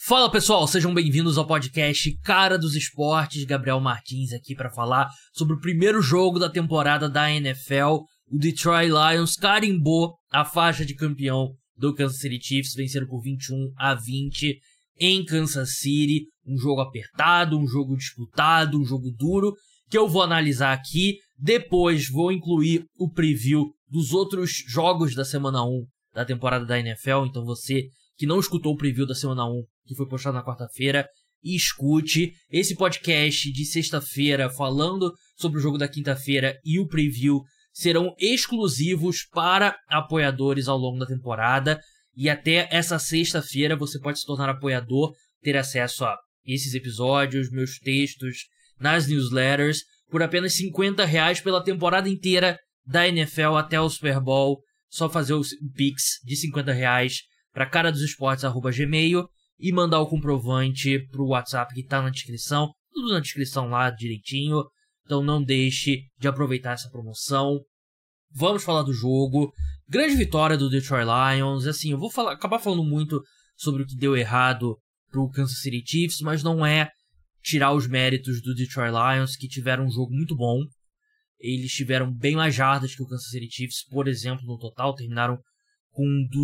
Fala pessoal, sejam bem-vindos ao podcast Cara dos Esportes. Gabriel Martins aqui para falar sobre o primeiro jogo da temporada da NFL. O Detroit Lions carimbou a faixa de campeão do Kansas City Chiefs, venceram por 21-20 em Kansas City. Um jogo apertado, um jogo disputado, um jogo duro, que eu vou analisar aqui. Depois vou incluir o preview dos outros jogos da semana 1 da temporada da NFL. Então você que não escutou o preview da semana 1, que foi postado na quarta-feira, escute esse podcast de sexta-feira falando sobre o jogo da quinta-feira e o preview serão exclusivos para apoiadores ao longo da temporada. E até essa sexta-feira você pode se tornar apoiador, ter acesso a esses episódios, meus textos nas newsletters, por apenas R$50 pela temporada inteira da NFL até o Super Bowl. Só fazer o Pix de R$50 para caradosesportes@gmail e mandar o comprovante pro WhatsApp que tá na descrição. Tudo na descrição lá direitinho. Então não deixe de aproveitar essa promoção. Vamos falar do jogo. Grande vitória do Detroit Lions. Assim, eu vou acabar falando muito sobre o que deu errado pro Kansas City Chiefs, mas não é tirar os méritos do Detroit Lions, que tiveram um jogo muito bom. Eles tiveram bem mais jardas que o Kansas City Chiefs, por exemplo, no total. Terminaram com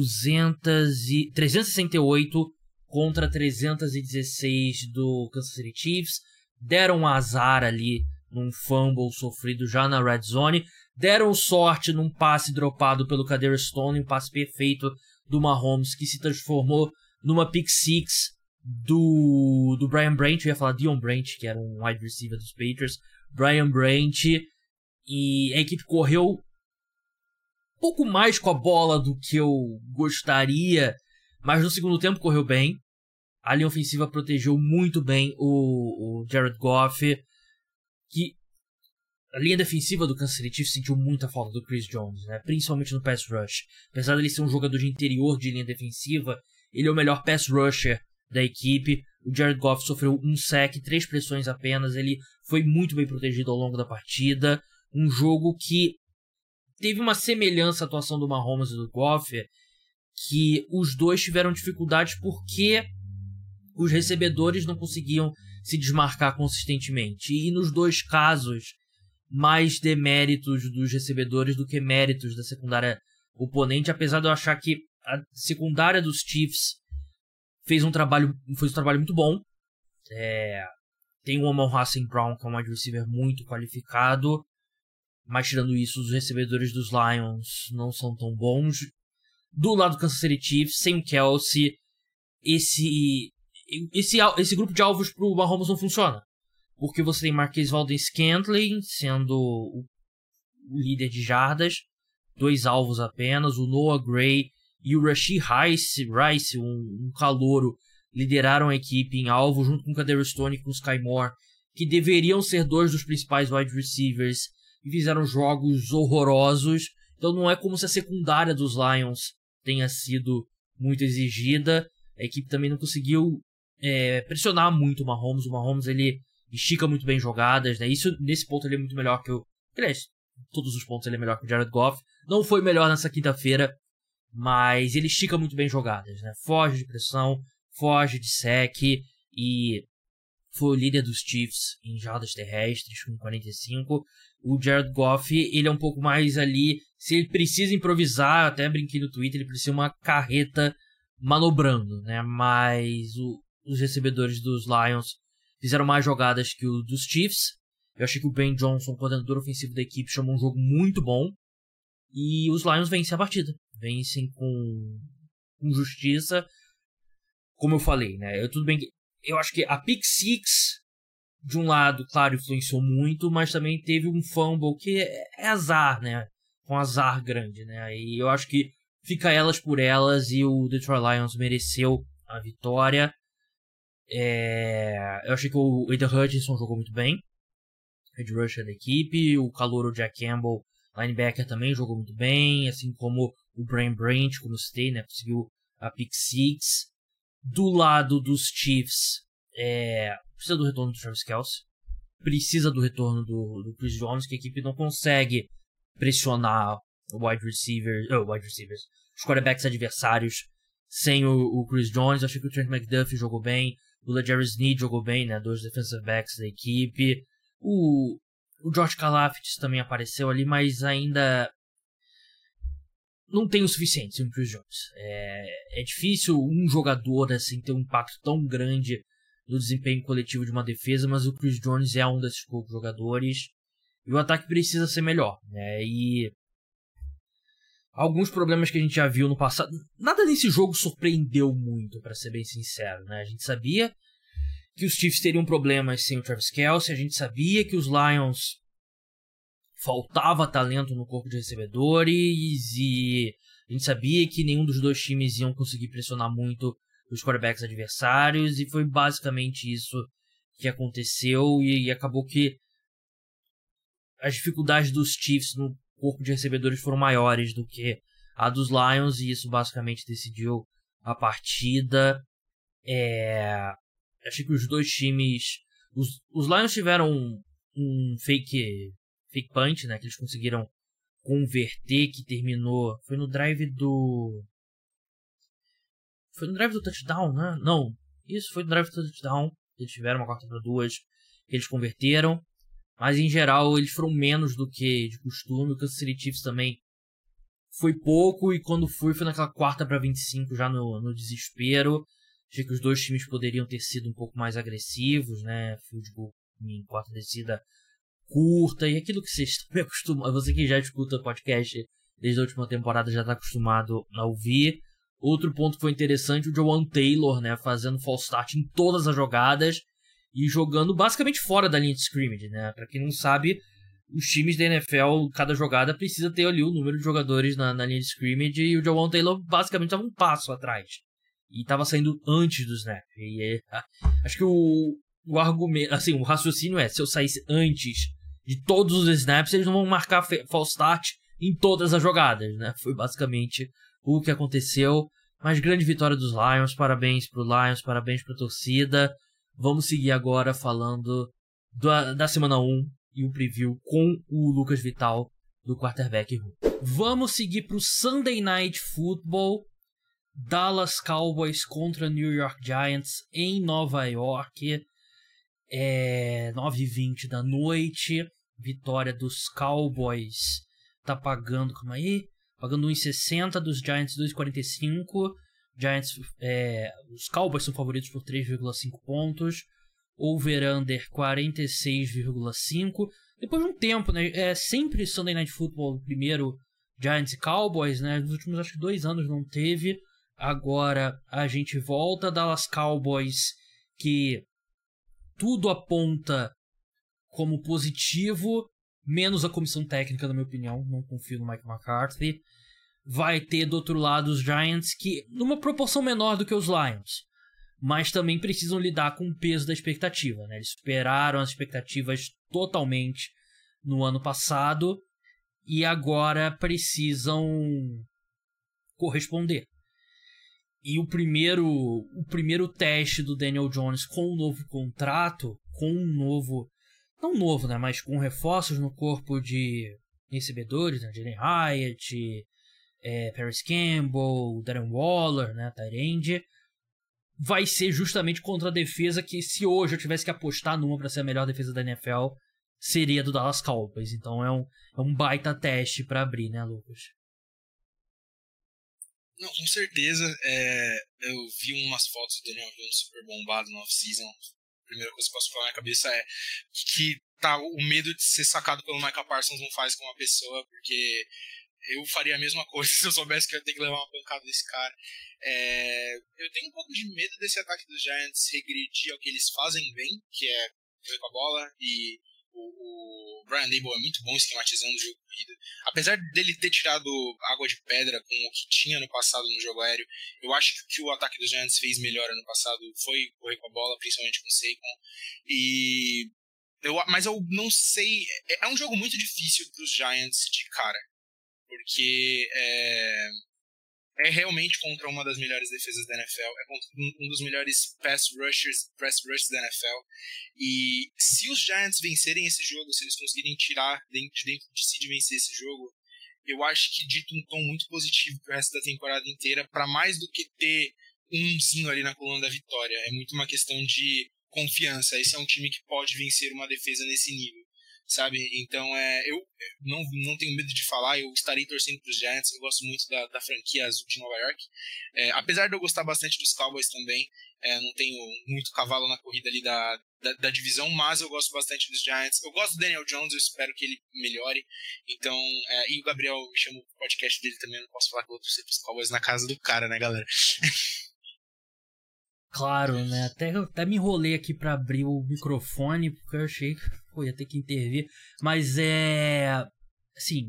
368 contra 316 do Kansas City Chiefs. Deram um azar ali num fumble sofrido já na red zone. Deram sorte num passe dropado pelo Kadarius Toney, um passe perfeito do Mahomes, que se transformou numa pick six do Brian Branch. Eu ia falar Dion Branch, que era um wide receiver dos Patriots. Brian Branch. E a equipe correu pouco mais com a bola do que eu gostaria, mas no segundo tempo correu bem. A linha ofensiva protegeu muito bem o Jared Goff, que a linha defensiva do Kansas City Chiefs sentiu muita falta do Chris Jones, né? Principalmente no pass rush. Apesar dele ser um jogador de interior de linha defensiva, ele é o melhor pass rusher da equipe. O Jared Goff sofreu um sack, 3 pressões apenas, ele foi muito bem protegido ao longo da partida. Um jogo que teve uma semelhança à atuação do Mahomes e do Goff, que os dois tiveram dificuldades porque os recebedores não conseguiam se desmarcar consistentemente. E nos dois casos, mais deméritos dos recebedores do que méritos da secundária oponente, apesar de eu achar que a secundária dos Chiefs fez um trabalho muito bom. Tem o Amon-Ra St. Brown, que é um wide receiver muito qualificado. Mas tirando isso, os recebedores dos Lions não são tão bons. Do lado do Kansas City Chiefs, sem o Kelce, esse grupo de alvos pro Mahomes não funciona. Porque você tem Marquez Valdes-Scantling sendo o líder de jardas, 2 alvos apenas. O Noah Gray e o Rashee Rice, um calouro, lideraram a equipe em alvo, junto com o Kadarius Toney e com o Sky Moore, que deveriam ser 2 dos principais wide receivers, e fizeram jogos horrorosos. Então não é como se a secundária dos Lions tenha sido muito exigida. A equipe também não conseguiu pressionar muito o Mahomes. O Mahomes, ele estica muito bem jogadas, né? Nesse ponto ele é muito melhor que o... Aliás, todos os pontos ele é melhor que o Jared Goff. Não foi melhor nessa quinta-feira, mas ele estica muito bem jogadas, né? Foge de pressão, foge de sec, e foi o líder dos Chiefs em jardas terrestres com 45. O Jared Goff, ele é um pouco mais ali, se ele precisa improvisar, até brinquei no Twitter, ele precisa de uma carreta manobrando, né? Mas os recebedores dos Lions fizeram mais jogadas que os dos Chiefs. Eu achei que o Ben Johnson, coordenador ofensivo da equipe, chamou um jogo muito bom. E os Lions vencem a partida. Vencem com justiça. Como eu falei, né? Tudo bem que eu acho que a pick six, de um lado, claro, influenciou muito, mas também teve um fumble que é azar, né? Um azar grande, né? E eu acho que fica elas por elas, e o Detroit Lions mereceu a vitória. Eu achei que o Aidan Hutchinson jogou muito bem, head rusher da equipe. O calouro Jack Campbell, linebacker, também jogou muito bem, assim como o Brian Branch, como eu citei, né? Conseguiu a pick six. Do lado dos Chiefs, precisa do retorno do Travis Kelce, precisa do retorno do Chris Jones, que a equipe não consegue pressionar os quarterbacks adversários sem o Chris Jones. Eu achei que o Trent McDuffie jogou bem, o LeJarry Sneed jogou bem, né, 2 defensive backs da equipe. O George Karlaftis também apareceu ali, mas ainda não tem o suficiente sem o Chris Jones. É difícil um jogador assim ter um impacto tão grande no desempenho coletivo de uma defesa, mas o Chris Jones é um desses poucos jogadores. E o ataque precisa ser melhor, né? E alguns problemas que a gente já viu no passado. Nada nesse jogo surpreendeu muito, para ser bem sincero, né? A gente sabia que os Chiefs teriam problemas sem o Travis Kelce, a gente sabia que os Lions faltava talento no corpo de recebedores e a gente sabia que nenhum dos dois times iam conseguir pressionar muito os quarterbacks adversários, e foi basicamente isso que aconteceu, e acabou que as dificuldades dos Chiefs no corpo de recebedores foram maiores do que a dos Lions, e isso basicamente decidiu a partida. Achei que os dois times... Os Lions tiveram um fake punch, né, que eles conseguiram converter, que terminou... Foi no drive do touchdown, né? Não, isso foi no drive do touchdown. Eles tiveram uma 4-2 que eles converteram. Mas em geral eles foram menos do que de costume. O Kansas City Chiefs também foi pouco, e quando foi naquela 4-25 já no desespero. Achei que os dois times poderiam ter sido um pouco mais agressivos, né? Field goal em quarta descida curta, e aquilo que vocês estão acostumados, você que já escuta o podcast desde a última temporada já está acostumado a ouvir. Outro ponto que foi interessante, o Jawaan Taylor, né, fazendo false start em todas as jogadas e jogando basicamente fora da linha de scrimmage, né? Para quem não sabe, os times da NFL, cada jogada precisa ter ali o número de jogadores na linha de scrimmage, e o Jawaan Taylor basicamente estava um passo atrás e estava saindo antes do snap. E acho que o argumento, assim, o raciocínio é: se eu saísse antes de todos os snaps, eles não vão marcar false start em todas as jogadas, né? Foi basicamente o que aconteceu. Mas grande vitória dos Lions, parabéns pro Lions, parabéns pra torcida. Vamos seguir agora falando da semana 1 e o preview com o Lucas Vital do quarterback room. Vamos seguir pro Sunday Night Football. Dallas Cowboys contra New York Giants em Nova York. 9h20 da noite. Vitória dos Cowboys tá pagando, calma aí, pagando 1,60, dos Giants 2,45. Giants, os Cowboys são favoritos por 3,5 pontos. Over-under 46,5. Depois de um tempo, né? Sempre Sunday Night Football, primeiro Giants e Cowboys, né? Nos últimos, acho que 2 anos não teve. Agora a gente volta. Dallas Cowboys, que tudo aponta como positivo, menos a comissão técnica, na minha opinião. Não confio no Mike McCarthy. Vai ter do outro lado os Giants, que numa proporção menor do que os Lions, mas também precisam lidar com o peso da expectativa, né? Eles superaram as expectativas totalmente no ano passado e agora precisam corresponder. E o primeiro teste do Daniel Jones com um novo contrato, com um novo... não novo, né? Mas com reforços no corpo de recebedores, né? Jalen Hyatt, Paris Campbell, Darren Waller, né? Tight end, vai ser justamente contra a defesa que, se hoje eu tivesse que apostar numa para ser a melhor defesa da NFL, seria do Dallas Cowboys. Então é um baita teste para abrir, né, Lucas? Não, com certeza. Eu vi umas fotos do Daniel Jones super bombado no off-season. A primeira coisa que passou pela minha cabeça é que o medo de ser sacado pelo Micah Parsons não faz com uma pessoa, porque eu faria a mesma coisa se eu soubesse que eu ia ter que levar uma pancada desse cara. Eu tenho um pouco de medo desse ataque dos Giants regredir ao que eles fazem bem, que é correr com a bola, e o Brian Daboll é muito bom esquematizando o jogo de corrida. Apesar dele ter tirado água de pedra com o que tinha no passado no jogo aéreo, eu acho que o que o ataque dos Giants fez melhor ano passado foi correr com a bola, principalmente com o Saquon. Mas eu não sei... É um jogo muito difícil para os Giants de cara, porque é realmente contra uma das melhores defesas da NFL, é contra um dos melhores pass rushers da NFL, e se os Giants vencerem esse jogo, se eles conseguirem tirar de dentro de si de vencer esse jogo, eu acho que dita um tom muito positivo pro resto da temporada inteira, para mais do que ter umzinho ali na coluna da vitória. É muito uma questão de confiança. Esse é um time que pode vencer uma defesa nesse nível, sabe? Então, eu não tenho medo de falar, eu estarei torcendo para os Giants. Eu gosto muito da franquia azul de Nova York. Apesar de eu gostar bastante dos Cowboys também, não tenho muito cavalo na corrida ali da divisão, mas eu gosto bastante dos Giants. Eu gosto do Daniel Jones, eu espero que ele melhore. Então, e o Gabriel me chamou pro podcast dele também, eu não posso falar que eu vou torcer pros Cowboys na casa do cara, né, galera? Claro, né? Até me enrolei aqui pra abrir o microfone, porque eu achei que ia ter que intervir. Mas assim,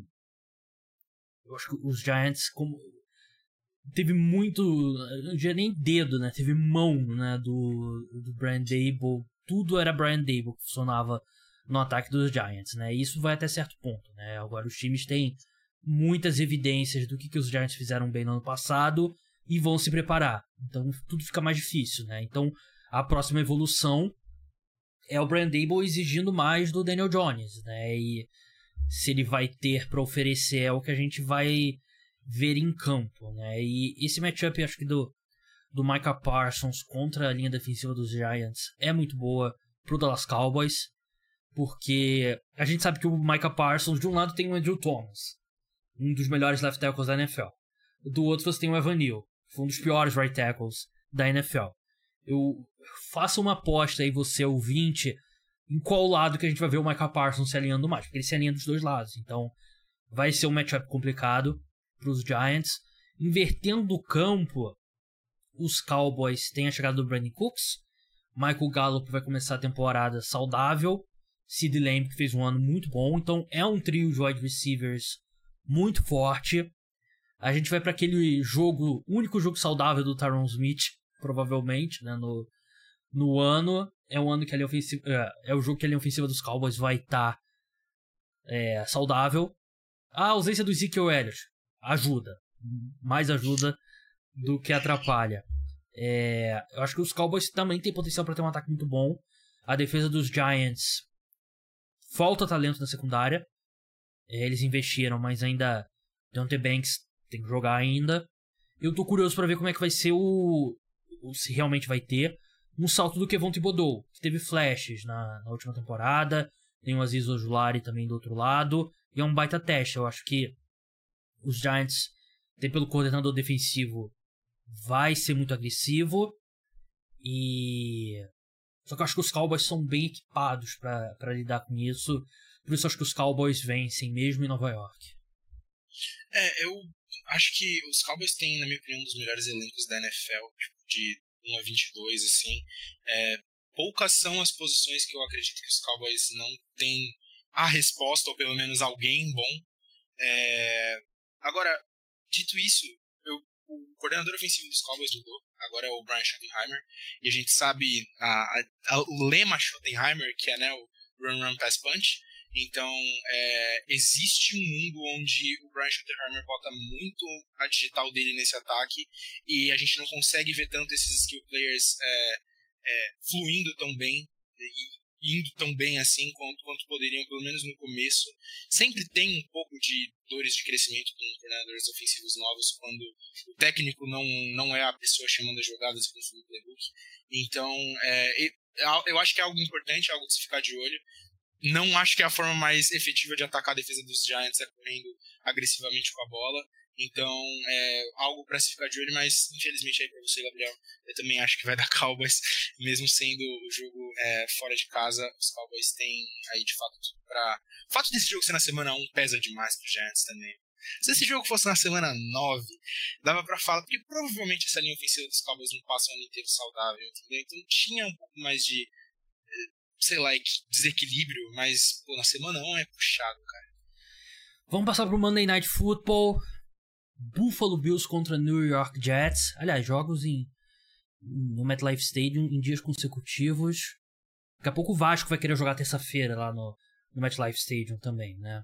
eu acho que os Giants, como teve muito, não tinha nem dedo, né? Teve mão, né? Do Brian Daboll. Tudo era Brian Daboll que funcionava no ataque dos Giants, né? E isso vai até certo ponto, né? Agora os times têm muitas evidências do que os Giants fizeram bem no ano passado e vão se preparar. Então tudo fica mais difícil, né? Então a próxima evolução é o Brian Daboll exigindo mais do Daniel Jones, né? E se ele vai ter para oferecer é o que a gente vai ver em campo, né? E esse matchup, acho que do Micah Parsons contra a linha defensiva dos Giants é muito boa pro Dallas Cowboys, porque a gente sabe que o Micah Parsons, de um lado tem o Andrew Thomas, um dos melhores left tackles da NFL. Do outro você tem o Evan Neal, que foi um dos piores right tackles da NFL. Eu faço uma aposta aí, você ouvinte, em qual lado que a gente vai ver o Micah Parsons se alinhando mais, porque ele se alinha dos dois lados. Então vai ser um matchup complicado para os Giants. Invertendo o campo, os Cowboys têm a chegada do Brandon Cooks, Michael Gallup vai começar a temporada saudável, CeeDee Lamb que fez um ano muito bom, então é um trio de wide receivers muito forte. A gente vai para aquele jogo, único jogo saudável do Tyron Smith, provavelmente, né, no ano. É um ano que a linha ofensiva, é o jogo que a linha ofensiva dos Cowboys vai estar saudável. A ausência do Ezekiel Elliott ajuda, mais ajuda do que atrapalha. Eu acho que os Cowboys também têm potencial para ter um ataque muito bom. A defesa dos Giants falta talento na secundária. Eles investiram, mas ainda Deontay Banks tem que jogar ainda. Eu tô curioso para ver como é que vai ser se realmente vai ter um salto do Kevon Thibodeau, que teve flashes na última temporada. Tem o Azeez Ojulari também do outro lado. E é um baita teste. Eu acho que os Giants, até pelo coordenador defensivo, vai ser muito agressivo. Só que eu acho que os Cowboys são bem equipados para lidar com isso. Por isso eu acho que os Cowboys vencem mesmo em Nova York. Eu acho que os Cowboys têm, na minha opinião, um dos melhores elencos da NFL, tipo, de 1 a 22, assim. Poucas são as posições que eu acredito que os Cowboys não têm a resposta, ou pelo menos alguém bom. Agora, dito isso, o coordenador ofensivo dos Cowboys mudou, agora é o Brian Schottenheimer, e a gente sabe o lema Schottenheimer, que é, né, o Run, Run, Pass, Punch. Então, existe um mundo onde o Brian Schottenheimer bota muito a digital dele nesse ataque, e a gente não consegue ver tanto esses skill players fluindo tão bem, e indo tão bem assim quanto poderiam, pelo menos no começo. Sempre tem um pouco de dores de crescimento com coordenadores ofensivos novos, quando o técnico não é a pessoa chamando as jogadas e construindo o playbook. Então, eu acho que é algo importante, algo de se ficar de olho. Não acho que a forma mais efetiva de atacar a defesa dos Giants é correndo agressivamente com a bola. Então, algo para se ficar de olho, mas infelizmente aí para você, Gabriel, eu também acho que vai dar Cowboys, mesmo sendo o jogo fora de casa. Os Cowboys têm aí de fato para. O fato desse jogo ser na semana 1 pesa demais pro Giants também. Se esse jogo fosse na semana 9, dava pra falar, porque provavelmente essa linha ofensiva dos Cowboys não passa o ano inteiro saudável, entendeu? Então tinha um pouco mais de, sei lá, desequilíbrio, mas na semana 1 é puxado, cara. Vamos passar pro Monday Night Football. Buffalo Bills contra New York Jets. Aliás, jogos no MetLife Stadium em dias consecutivos. Daqui a pouco o Vasco vai querer jogar terça-feira lá no MetLife Stadium também, né?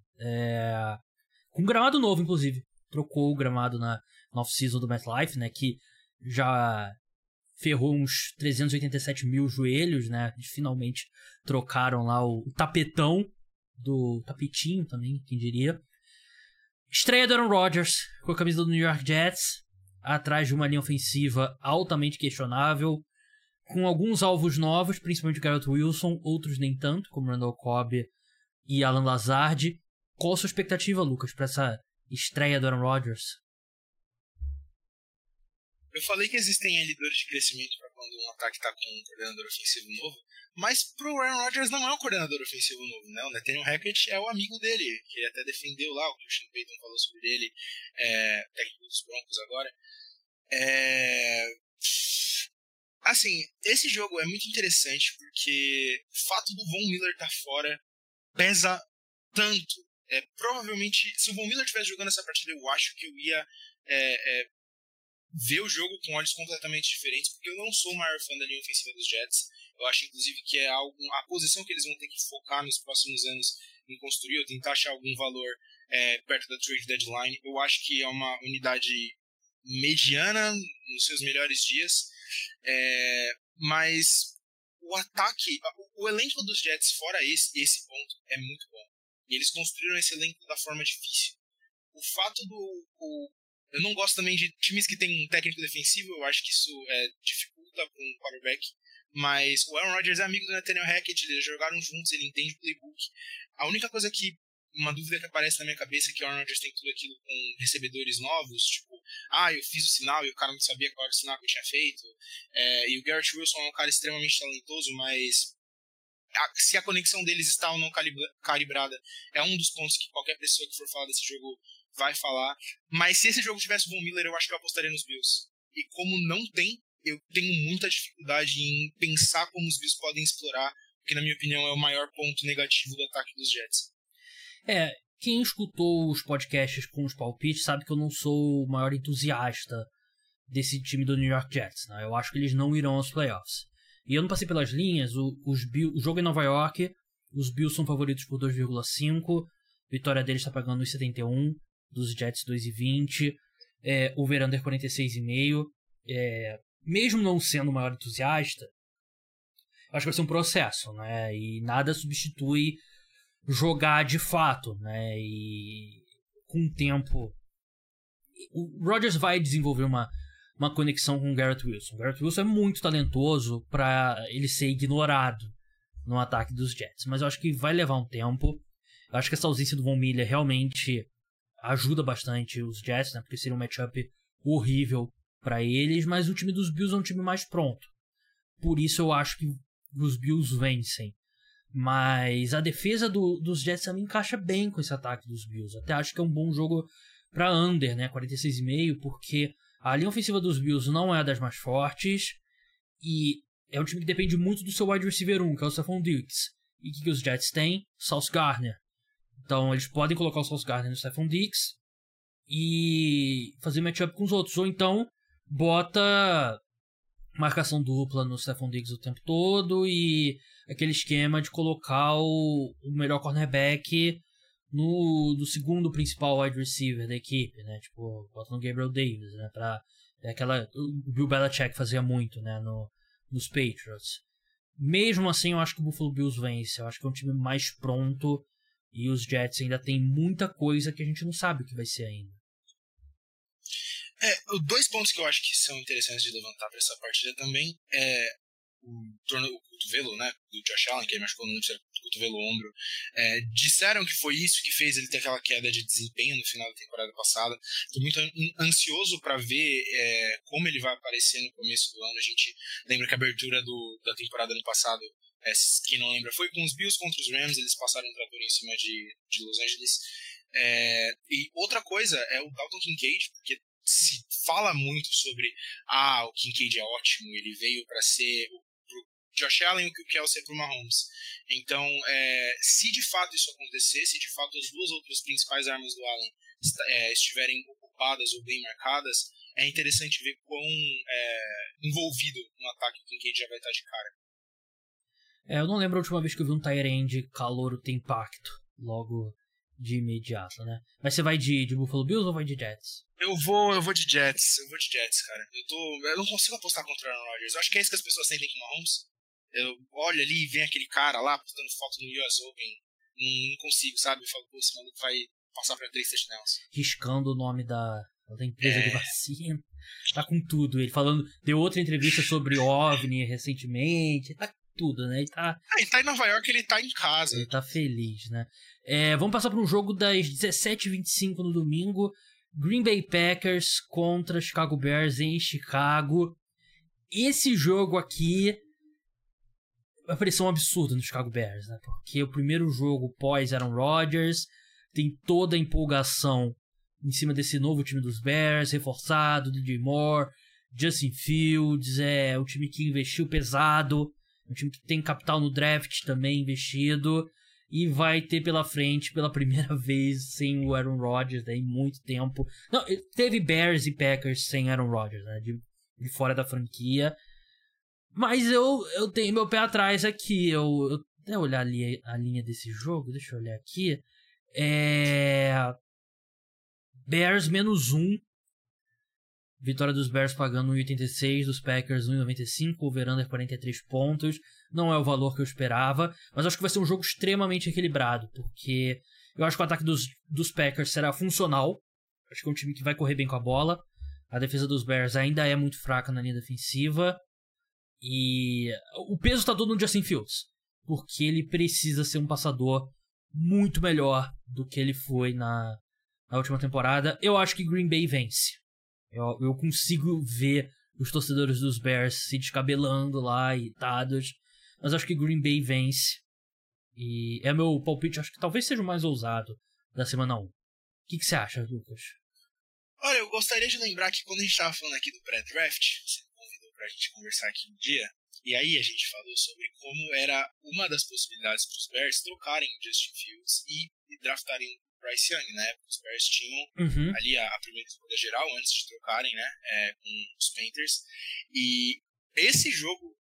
Com gramado novo, inclusive. Trocou o gramado na off-season do MetLife, né? Que já ferrou uns 387 mil joelhos, né? Eles finalmente trocaram lá o tapetão do tapetinho também, quem diria. Estreia do Aaron Rodgers com a camisa do New York Jets, atrás de uma linha ofensiva altamente questionável, com alguns alvos novos, principalmente o Garrett Wilson, outros nem tanto, como Randall Cobb e Alan Lazard. Qual a sua expectativa, Lucas, para essa estreia do Aaron Rodgers? Eu falei que existem ali dores de crescimento para quando um ataque está com um coordenador ofensivo novo, mas pro Aaron Rodgers não é um coordenador ofensivo novo, né? O Nathaniel Hackett é o amigo dele, que ele até defendeu lá, o Christian Payton falou sobre ele, técnico dos Broncos agora. Assim, esse jogo é muito interessante porque o fato do Von Miller estar fora pesa tanto. Provavelmente, se o Von Miller estivesse jogando essa partida, eu acho que eu ia ver o jogo com olhos completamente diferentes, porque eu não sou o maior fã da linha ofensiva dos Jets. Eu acho, inclusive, que é a posição que eles vão ter que focar nos próximos anos em construir, ou tentar achar algum valor perto da trade deadline. Eu acho que é uma unidade mediana nos seus melhores dias, mas o ataque, o elenco dos Jets, fora esse ponto, é muito bom. E eles construíram esse elenco da forma difícil. O fato eu não gosto também de times que têm um técnico defensivo, eu acho que isso dificulta com o quarterback, mas o Aaron Rodgers é amigo do Nathaniel Hackett, eles jogaram juntos, ele entende o playbook. A única coisa uma dúvida que aparece na minha cabeça é que o Aaron Rodgers tem tudo aquilo com recebedores novos, tipo, eu fiz o sinal e o cara não sabia qual era o sinal que eu tinha feito, e o Garrett Wilson é um cara extremamente talentoso, mas se a conexão deles está ou não calibrada é um dos pontos que qualquer pessoa que for falar desse jogo vai falar. Mas se esse jogo tivesse o Von Miller, eu acho que eu apostaria nos Bills. E como não tem, eu tenho muita dificuldade em pensar como os Bills podem explorar, que na minha opinião é o maior ponto negativo do ataque dos Jets. Quem escutou os podcasts com os palpites sabe que eu não sou o maior entusiasta desse time do New York Jets, né? Eu acho que eles não irão aos playoffs. E eu não passei pelas linhas, o jogo em Nova York, os Bills são favoritos por 2,5, vitória deles está pagando 1,71, dos Jets 2,20, over-under 46,5. Mesmo não sendo o maior entusiasta, acho que vai ser um processo, né? E nada substitui jogar de fato, né? E com o tempo, o Rodgers vai desenvolver uma conexão com o Garrett Wilson. O Garrett Wilson é muito talentoso para ele ser ignorado no ataque dos Jets, mas eu acho que vai levar um tempo. Eu acho que essa ausência do Von Miller realmente ajuda bastante os Jets, né? Porque seria um matchup horrível para eles, mas o time dos Bills é um time mais pronto. Por isso eu acho que os Bills vencem. Mas a defesa dos Jets também encaixa bem com esse ataque dos Bills. Até acho que é um bom jogo para under, né? 46,5, porque a linha ofensiva dos Bills não é das mais fortes e é um time que depende muito do seu wide receiver 1, que é o Stephon Diggs. E o que os Jets têm? Sauce Gardner. Então eles podem colocar o Sauce Gardner no Stephon Diggs e fazer matchup com os outros. Ou então bota marcação dupla no Stephon Diggs o tempo todo e aquele esquema de colocar o melhor cornerback do segundo principal wide receiver da equipe, né? Tipo, bota no Gabriel Davis, né? O Bill Belichick fazia muito, né? Nos Patriots. Mesmo assim, eu acho que o Buffalo Bills vence. Eu acho que é um time mais pronto e os Jets ainda tem muita coisa que a gente não sabe o que vai ser ainda. Dois pontos que eu acho que são interessantes de levantar para essa partida também é o cotovelo, né, do Josh Allen, que ele machucou no cotovelo ombro. Disseram que foi isso que fez ele ter aquela queda de desempenho no final da temporada passada. Estou muito ansioso para ver como ele vai aparecer no começo do ano. A gente lembra que a abertura da temporada ano passado, quem não lembra, foi com os Bills contra os Rams, eles passaram um trator em cima de Los Angeles. E outra coisa é o Dalton Kincaid, porque se fala muito sobre o Kincaid é ótimo, ele veio para ser pro Josh Allen o que o Kelsey é pro Mahomes. Então, se de fato isso acontecer, se de fato as duas outras principais armas do Allen estiverem ocupadas ou bem marcadas, é interessante ver quão envolvido no ataque o Kincaid já vai estar de cara. Eu não lembro a última vez que eu vi um tight end calouro ter impacto logo de imediato, né? Mas você vai de Buffalo Bills ou vai de Jets? Eu vou de Jets. Eu vou de Jets, cara. Eu não consigo apostar contra o Aaron Rodgers. Eu acho que é isso que as pessoas sentem com o Mahomes. Eu olho ali e vem aquele cara lá postando foto no US Open. Não consigo, sabe? Eu falo, esse maluco vai passar pra 3 touchdowns. Riscando o nome da empresa de vacina. Tá com tudo. Ele falando, deu outra entrevista sobre OVNI recentemente. Tá com tudo, né? Ele tá em Nova York, ele tá em casa. Ele tá feliz, né? Vamos passar para um jogo das 17h25 no domingo. Green Bay Packers contra Chicago Bears em Chicago. Esse jogo aqui vai parecer um absurdo no Chicago Bears, né? Porque o primeiro jogo pós Aaron Rodgers, tem toda a empolgação em cima desse novo time dos Bears, reforçado, DJ Moore, Justin Fields, o time que investiu pesado, um time que tem capital no draft também investido, e vai ter pela frente, pela primeira vez, sem o Aaron Rodgers, em muito tempo. Não, teve Bears e Packers sem Aaron Rodgers, né? De fora da franquia. Mas eu tenho meu pé atrás aqui. Eu até olhar ali a linha desse jogo, deixa eu olhar aqui. Bears -1. Vitória dos Bears pagando 1,86, dos Packers 1,95, over-under 43 pontos. Não é o valor que eu esperava, mas acho que vai ser um jogo extremamente equilibrado, porque eu acho que o ataque dos Packers será funcional. Acho que é um time que vai correr bem com a bola. A defesa dos Bears ainda é muito fraca na linha defensiva. E o peso está todo no Justin Fields, porque ele precisa ser um passador muito melhor do que ele foi na última temporada. Eu acho que Green Bay vence. Eu consigo ver os torcedores dos Bears se descabelando lá, irritados. Mas acho que Green Bay vence. E é meu palpite, acho que talvez seja o mais ousado da semana 1. O que você acha, Lucas? Olha, eu gostaria de lembrar que quando a gente estava falando aqui do pré-draft, você me convidou pra gente conversar aqui um dia, e aí a gente falou sobre como era uma das possibilidades para os Bears trocarem o Justin Fields e draftarem o Bryce Young, né? Os Bears tinham ali a primeira escolha geral antes de trocarem, né? Com os Panthers. E esse jogo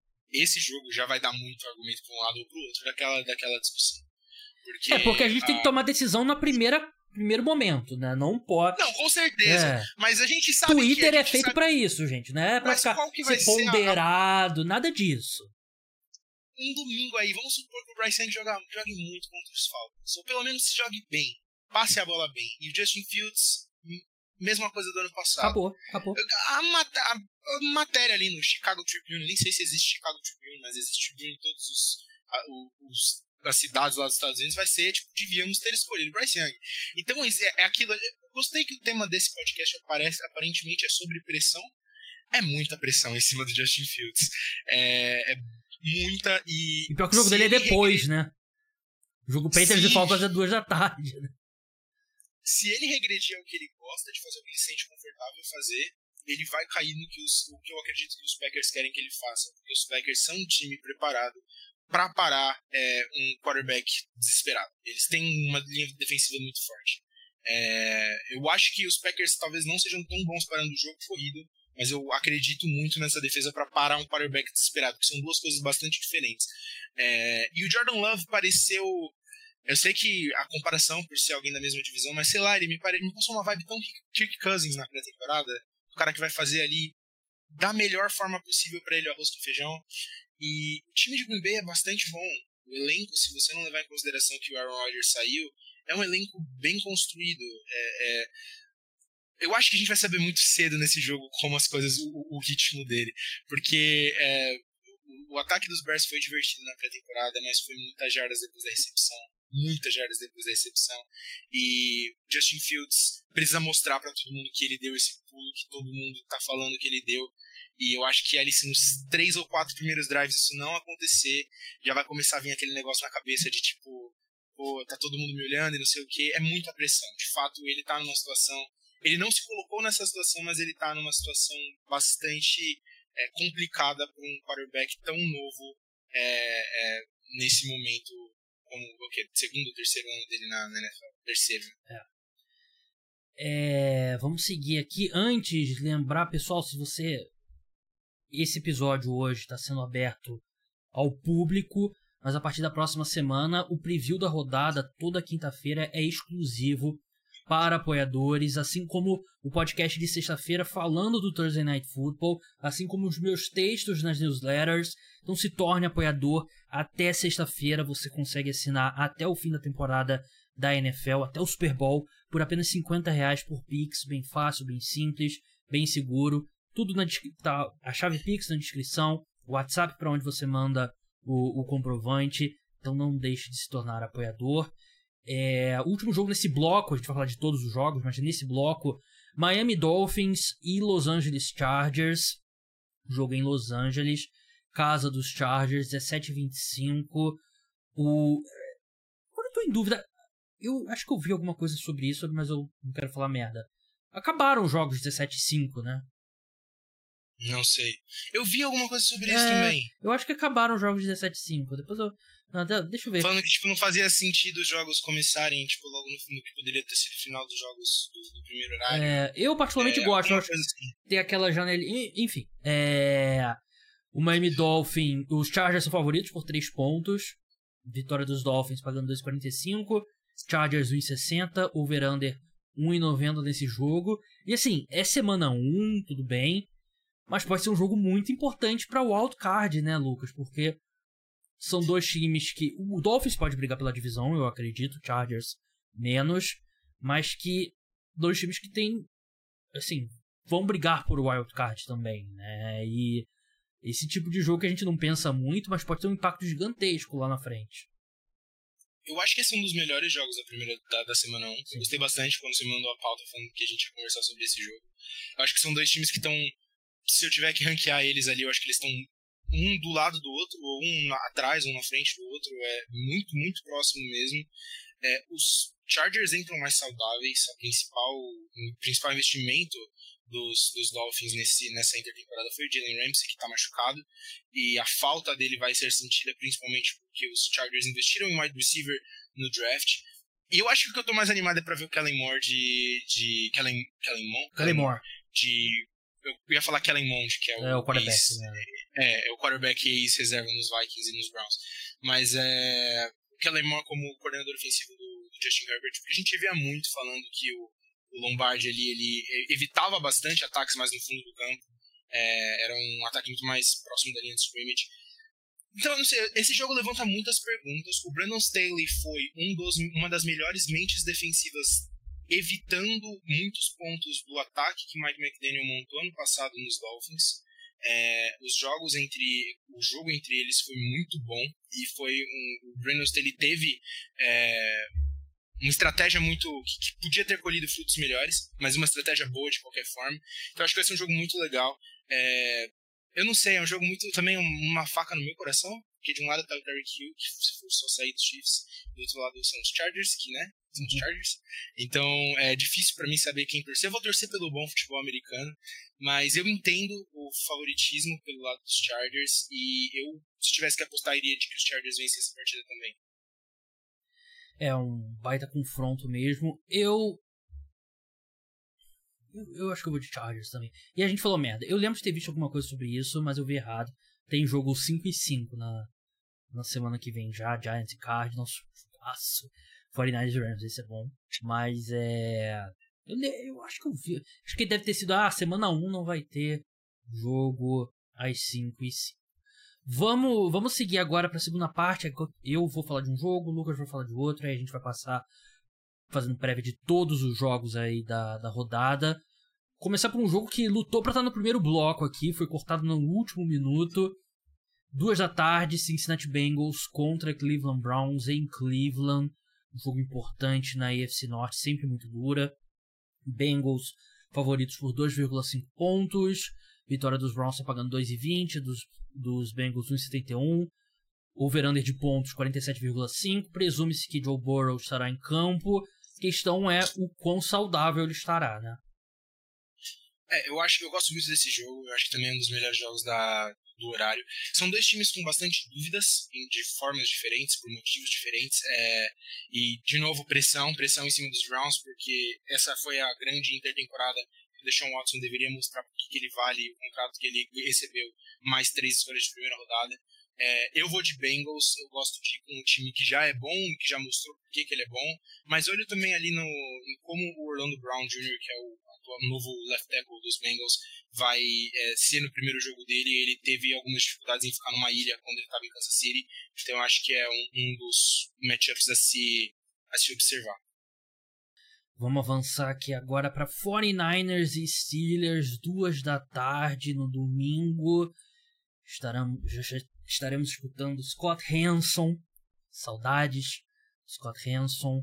já vai dar muito argumento para um lado ou para o outro daquela discussão. Porque a gente tem que tomar decisão no primeiro momento, né? Não pode. Não, com certeza. Mas a gente sabe Twitter que é feito pra isso, gente. Não é pra ficar ser ponderado, nada disso. Um domingo aí, vamos supor que o Bryce Young jogue muito contra os Falcons. Ou pelo menos jogue bem. Passe a bola bem. E o Justin Fields, mesma coisa do ano passado. Acabou. A matéria ali no Chicago Tribune, nem sei se existe Chicago Tribune, mas existe Tribune em todos as cidades lá dos Estados Unidos, vai ser, tipo, devíamos ter escolhido o Bryce Young. Então, é aquilo. Eu gostei que o tema desse podcast aparentemente é sobre pressão. É muita pressão em cima do Justin Fields. É muita e pior que o jogo dele é depois, né? O jogo Panthers e Falcons é 2h, né? Se ele regredir ao que ele gosta de fazer, o que ele se sente confortável em fazer, ele vai cair no que eu acredito que os Packers querem que ele faça. Porque os Packers são um time preparado para parar um quarterback desesperado. Eles têm uma linha defensiva muito forte. Eu acho que os Packers talvez não sejam tão bons parando o jogo corrido, mas eu acredito muito nessa defesa para parar um quarterback desesperado, que são duas coisas bastante diferentes. E o Jordan Love pareceu... Eu sei que a comparação por ser alguém da mesma divisão, mas sei lá, ele me passou uma vibe tão Kirk Cousins na pré-temporada, o cara que vai fazer ali da melhor forma possível para ele o arroz com feijão. E o time de Green Bay é bastante bom. O elenco, se você não levar em consideração que o Aaron Rodgers saiu, é um elenco bem construído. Eu acho que a gente vai saber muito cedo nesse jogo como as coisas, o ritmo dele. Porque o ataque dos Bears foi divertido na pré-temporada, mas foi muitas jardas depois da recepção. E Justin Fields precisa mostrar para todo mundo que ele deu esse pulo, que todo mundo tá falando que ele deu. E eu acho que ali, se nos 3 ou 4 primeiros drives isso não acontecer, já vai começar a vir aquele negócio na cabeça de tipo, pô, tá todo mundo me olhando e não sei o que. É muita pressão. De fato, ele tá numa situação... Ele não se colocou nessa situação, mas ele tá numa situação bastante complicada para um quarterback tão novo nesse momento, como o segundo ou terceiro ano dele na NFL. Terceiro. Vamos seguir aqui. Antes, lembrar, pessoal, se você... Esse episódio hoje está sendo aberto ao público, mas a partir da próxima semana o preview da rodada toda quinta-feira é exclusivo para apoiadores, assim como o podcast de sexta-feira falando do Thursday Night Football, assim como os meus textos nas newsletters. Então se torne apoiador. Até sexta-feira você consegue assinar até o fim da temporada da NFL até o Super Bowl por apenas R$50 por Pix, bem fácil, bem simples, bem seguro. Tudo tá, a chave Pix na descrição, o WhatsApp para onde você manda o comprovante. Então não deixe de se tornar apoiador. O último jogo nesse bloco, a gente vai falar de todos os jogos, mas nesse bloco, Miami Dolphins e Los Angeles Chargers. Jogo em Los Angeles, casa dos Chargers, 17h25. Agora eu tô em dúvida, eu acho que eu vi alguma coisa sobre isso, mas eu não quero falar merda. Acabaram os jogos 17h05, né? Não sei. Eu vi alguma coisa sobre isso também. Eu acho que acabaram os jogos 17h05. Depois eu... Não, deixa eu ver. Falando que tipo, não fazia sentido os jogos começarem tipo, logo no que poderia ter sido o final dos jogos do primeiro horário. Eu particularmente gosto. Eu acho coisa assim. Tem aquela janelinha. Enfim. O Miami Dolphins. Os Chargers são favoritos por 3 pontos. Vitória dos Dolphins pagando 2,45. Chargers 1,60. Over-under 1,90 nesse jogo. E assim, é semana 1, tudo bem. Mas pode ser um jogo muito importante para o wildcard, né, Lucas? Porque são dois times que... O Dolphins pode brigar pela divisão, eu acredito. Chargers menos. Mas que... Dois times que tem... Assim, vão brigar por wildcard também, né? E esse tipo de jogo que a gente não pensa muito, mas pode ter um impacto gigantesco lá na frente. Eu acho que esse é um dos melhores jogos da semana 1. Sim. Gostei bastante quando você mandou a pauta falando que a gente ia conversar sobre esse jogo. Eu acho que são dois times que estão... Se eu tiver que ranquear eles ali, eu acho que eles estão um do lado do outro, ou um atrás, um na frente do outro. É muito, muito próximo mesmo. Os Chargers entram mais saudáveis. O principal investimento dos Dolphins nessa intertemporada foi o Jalen Ramsey, que está machucado. E a falta dele vai ser sentida principalmente porque os Chargers investiram em wide receiver no draft. E eu acho que o que eu tô mais animado é pra ver o Kellen Moore Kellen Moore. Eu ia falar Kellen Mond, que é o quarterback. É o quarterback ex-reserva nos Vikings e nos Browns. Mas o Kellen Moore como coordenador ofensivo do Justin Herbert, porque a gente via muito falando que o Lombardi ele evitava bastante ataques mais no fundo do campo. Era um ataque muito mais próximo da linha de scrimmage. Então, eu não sei, esse jogo levanta muitas perguntas. O Brandon Staley foi uma das melhores mentes defensivas, evitando muitos pontos do ataque que Mike McDaniel montou ano passado nos Dolphins. O jogo entre eles foi muito bom e o Brandon Staley teve uma estratégia que podia ter colhido frutos melhores, mas uma estratégia boa de qualquer forma. Então acho que vai ser um jogo muito legal. Eu não sei, é um jogo muito também uma faca no meu coração, porque de um lado tá o Tyreek Hill, que se for só sair dos Chiefs, do outro lado são os Chargers, que, né, são os Chargers. Então é difícil pra mim saber quem torcer. Eu vou torcer pelo bom futebol americano, mas eu entendo o favoritismo pelo lado dos Chargers, e eu, se tivesse que apostar, iria de que os Chargers vencem essa partida também. É um baita confronto mesmo. Eu acho que eu vou de Chargers também. E a gente falou merda. Eu lembro de ter visto alguma coisa sobre isso, mas eu vi errado. Tem jogo 5-5 na semana que vem já. Giants e Cardinals. Jogaço. 49ers e Rams, esse é bom. Mas eu acho que eu vi. Acho que deve ter sido... semana 1 não vai ter jogo às 5-5. Vamos seguir agora para a segunda parte. Eu vou falar de um jogo, o Lucas vai falar de outro. Aí a gente vai passar fazendo prévia de todos os jogos aí da rodada. Começar por um jogo que lutou para estar no primeiro bloco aqui, foi cortado no último minuto. 14h, Cincinnati Bengals contra Cleveland Browns em Cleveland. Um jogo importante na AFC Norte, sempre muito dura. Bengals favoritos por 2,5 pontos. Vitória dos Browns está pagando 2,20, dos Bengals 1,71. Over-under de pontos 47,5. Presume-se que Joe Burrow estará em campo. A questão é o quão saudável ele estará, né? Eu gosto muito desse jogo. Eu acho que também é um dos melhores jogos do horário. São dois times com bastante dúvidas, de formas diferentes, por motivos diferentes. E, de novo, pressão em cima dos Browns, porque essa foi a grande intertemporada que o Deshaun Watson deveria mostrar por que ele vale o contrato que ele recebeu, mais 3 escolhas de primeira rodada. Eu vou de Bengals. Eu gosto de ir com um time que já é bom, que já mostrou por que ele é bom, mas olho também ali em como o Orlando Brown Jr., que é o novo left tackle dos Bengals, vai ser no primeiro jogo dele. Ele teve algumas dificuldades em ficar numa ilha quando ele estava em Kansas City, então eu acho que é um dos matchups a se a se observar. Vamos avançar aqui agora para 49ers e Steelers, 2 da tarde no domingo. Estaremos escutando Scott Hanson. Saudades. Scott Hanson.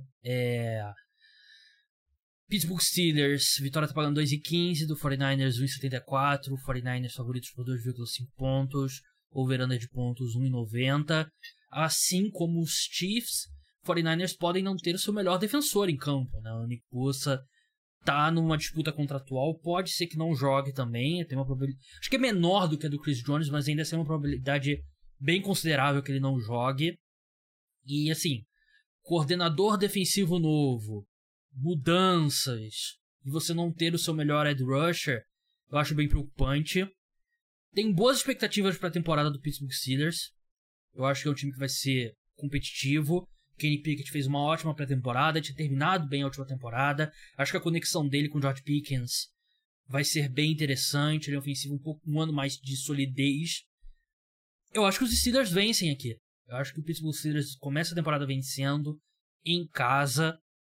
Pittsburgh Steelers, vitória tá pagando 2,15, do 49ers 1,74, 49ers favoritos por 2,5 pontos, over-under de pontos 1,90. Assim como os Chiefs, 49ers podem não ter o seu melhor defensor em campo, né? O Nick Bosa tá numa disputa contratual, pode ser que não jogue também, tem uma probabilidade, acho que é menor do que a do Chris Jones, mas ainda assim é uma probabilidade bem considerável que ele não jogue. E assim, coordenador defensivo novo, mudanças, e você não ter o seu melhor edge rusher, eu acho bem preocupante. Tem boas expectativas para a temporada do Pittsburgh Steelers. Eu acho que é um time que vai ser competitivo. Kenny Pickett fez uma ótima pré-temporada, tinha terminado bem a última temporada. Acho que a conexão dele com o George Pickens vai ser bem interessante. Ele é ofensivo um ano mais de solidez. Eu acho que os Steelers vencem aqui. Eu acho que o Pittsburgh Steelers começa a temporada vencendo em casa.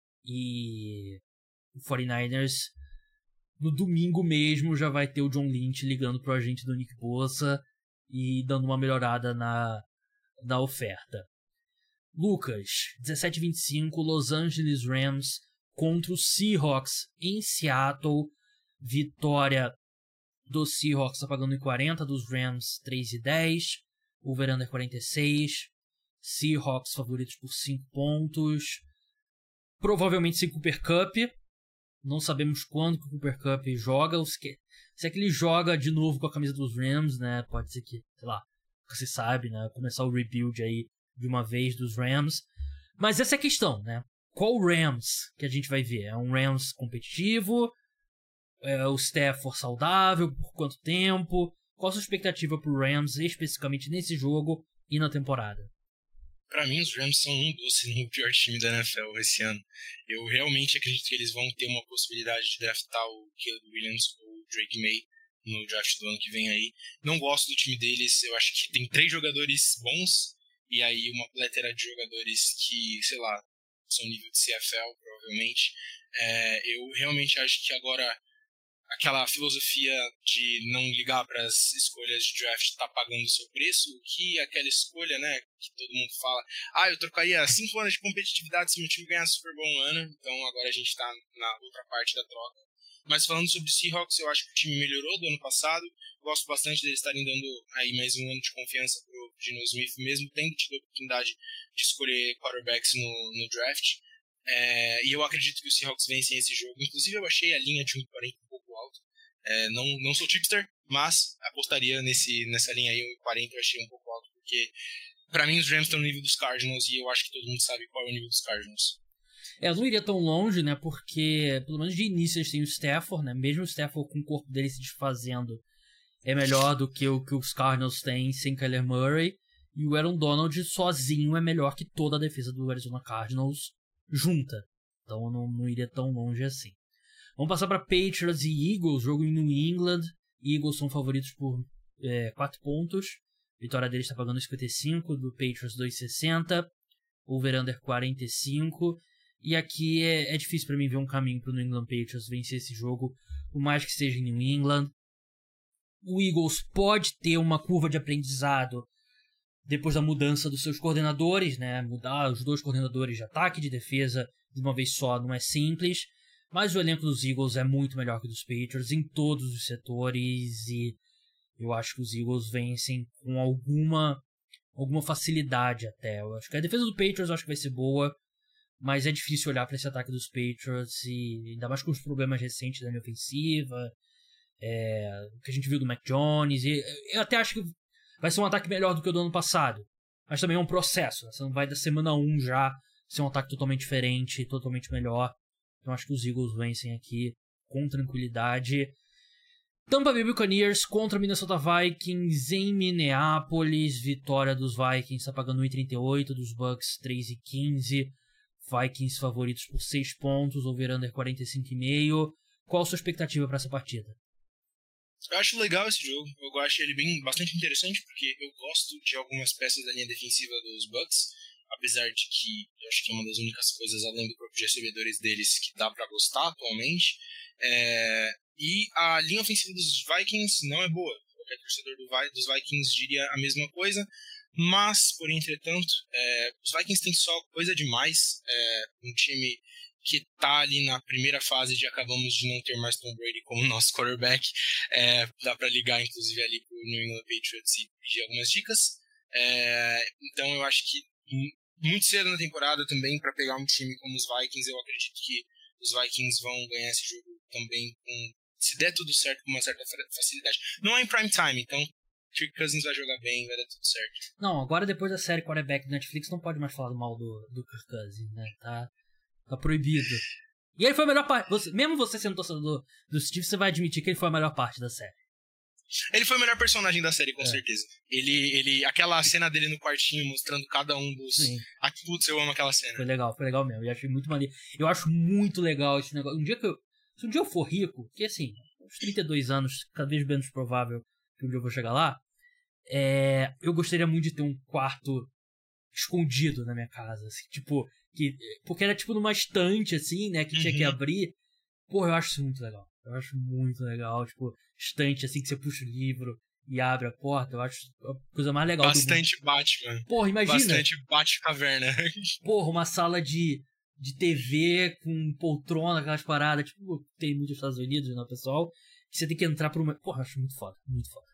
E o 49ers no domingo mesmo já vai ter o John Lynch ligando pro agente do Nick Bosa e dando uma melhorada na oferta. Lucas, 17-25, Los Angeles Rams contra os Seahawks em Seattle. Vitória dos Seahawks tá pagando em 40, dos Rams 3,10. Over-under 46. Seahawks favoritos por 5 pontos. Provavelmente sem Cooper Kupp. Não sabemos quando que o Cooper Kupp joga. Se é que ele joga de novo com a camisa dos Rams, né? Pode ser que, sei lá, você sabe, né? Começar o rebuild aí de uma vez dos Rams. Mas essa é a questão, né? Qual Rams que a gente vai ver? É um Rams competitivo? É o Stafford saudável? Por quanto tempo? Qual a sua expectativa pro Rams, especificamente nesse jogo e na temporada? Pra mim, os Rams são um dos, se não o pior time da NFL esse ano. Eu realmente acredito que eles vão ter uma possibilidade de draftar o Caleb Williams ou o Drake May no draft do ano que vem aí. Não gosto do time deles, eu acho que tem 3 jogadores bons e aí uma plétera de jogadores que, sei lá, são nível de CFL, provavelmente. Eu realmente acho que agora aquela filosofia de não ligar para as escolhas de draft tá pagando o seu preço, que aquela escolha, né, que todo mundo fala, eu trocaria 5 anos de competitividade se meu time ganhasse Super Bowl um ano, então agora a gente tá na outra parte da troca. Mas falando sobre o Seahawks, eu acho que o time melhorou do ano passado, gosto bastante deles estarem dando aí mais um ano de confiança pro Geno Smith, mesmo tendo tido a oportunidade de escolher quarterbacks no draft. E eu acredito que os Seahawks vencem esse jogo. Inclusive eu achei a linha de 1,40 um pouco alto. Não sou tipster, mas apostaria nessa linha aí, 1,40 eu achei um pouco alto, porque pra mim os Rams estão no nível dos Cardinals e eu acho que todo mundo sabe qual é o nível dos Cardinals. Eu não iria tão longe, né, porque pelo menos de início eles têm o Stafford, né, mesmo o Stafford com o corpo dele se desfazendo é melhor do que o que os Cardinals têm sem Kyler Murray, e o Aaron Donald sozinho é melhor que toda a defesa do Arizona Cardinals junta. Então eu não iria tão longe assim. Vamos passar para Patriots e Eagles, jogo em New England. Eagles são favoritos por 4 pontos. Vitória deles está pagando 55, do Patriots 2,60. Over-under 45. E aqui é difícil para mim ver um caminho para o New England Patriots vencer esse jogo, por mais que seja em New England. O Eagles pode ter uma curva de aprendizado depois da mudança dos seus coordenadores, né? Mudar os 2 coordenadores de ataque e de defesa de uma vez só não é simples, mas o elenco dos Eagles é muito melhor que o dos Patriots em todos os setores e eu acho que os Eagles vencem com alguma facilidade até. Eu acho que a defesa do Patriots eu acho que vai ser boa, mas é difícil olhar para esse ataque dos Patriots e ainda mais com os problemas recentes da linha ofensiva, o que a gente viu do Mac Jones, e eu até acho que vai ser um ataque melhor do que o do ano passado. Mas também é um processo. Né? Você não vai da semana 1 já ser um ataque totalmente diferente, totalmente melhor. Então acho que os Eagles vencem aqui com tranquilidade. Tampa Bay Buccaneers contra Minnesota Vikings em Minneapolis. Vitória dos Vikings, está pagando 1,38, dos Bucks 3,15. Vikings favoritos por 6 pontos, over-under 45,5. Qual a sua expectativa para essa partida? Eu acho legal esse jogo, eu acho ele bastante interessante, porque eu gosto de algumas peças da linha defensiva dos Bucks, apesar de que eu acho que é uma das únicas coisas, além do corpo de recebedores deles, que dá pra gostar atualmente. E a linha ofensiva dos Vikings não é boa. Qualquer torcedor dos Vikings diria a mesma coisa. Mas, por entretanto, os Vikings têm só coisa demais. Um time que tá ali na primeira fase de acabamos de não ter mais Tom Brady como nosso quarterback. Dá pra ligar, inclusive, ali pro New England Patriots e pedir algumas dicas. Então eu acho que muito cedo na temporada também para pegar um time como os Vikings, eu acredito que os Vikings vão ganhar esse jogo também se der tudo certo, com uma certa facilidade. Não é em prime time, então Kirk Cousins vai jogar bem, vai dar tudo certo. Não, agora depois da série Quarterback do Netflix não pode mais falar mal do Kirk Cousins, né? Tá proibido. E ele foi a melhor parte. Mesmo você sendo torcedor do Steve, você vai admitir que ele foi a melhor parte da série. Ele foi o melhor personagem da série, com certeza. Aquela cena dele no quartinho, mostrando cada um dos... Sim. Putz, eu amo aquela cena. Foi legal mesmo. Eu achei muito maneiro. Eu acho muito legal esse negócio. Se um dia eu for rico, que assim, uns 32 anos, cada vez menos provável que um dia eu vou chegar lá, eu gostaria muito de ter um quarto escondido na minha casa, assim, tipo, porque era tipo numa estante, assim, né, que tinha que abrir. Porra, eu acho isso muito legal. Eu acho muito legal, tipo, estante, assim, que você puxa o livro e abre a porta. Eu acho a coisa mais legal Bastante Batman. Porra, imagina. Bastante Batcaverna. Porra, uma sala de TV com poltrona, aquelas paradas, tipo, tem muito nos Estados Unidos, né, pessoal, que você tem que entrar por uma... Porra, eu acho muito foda, muito foda.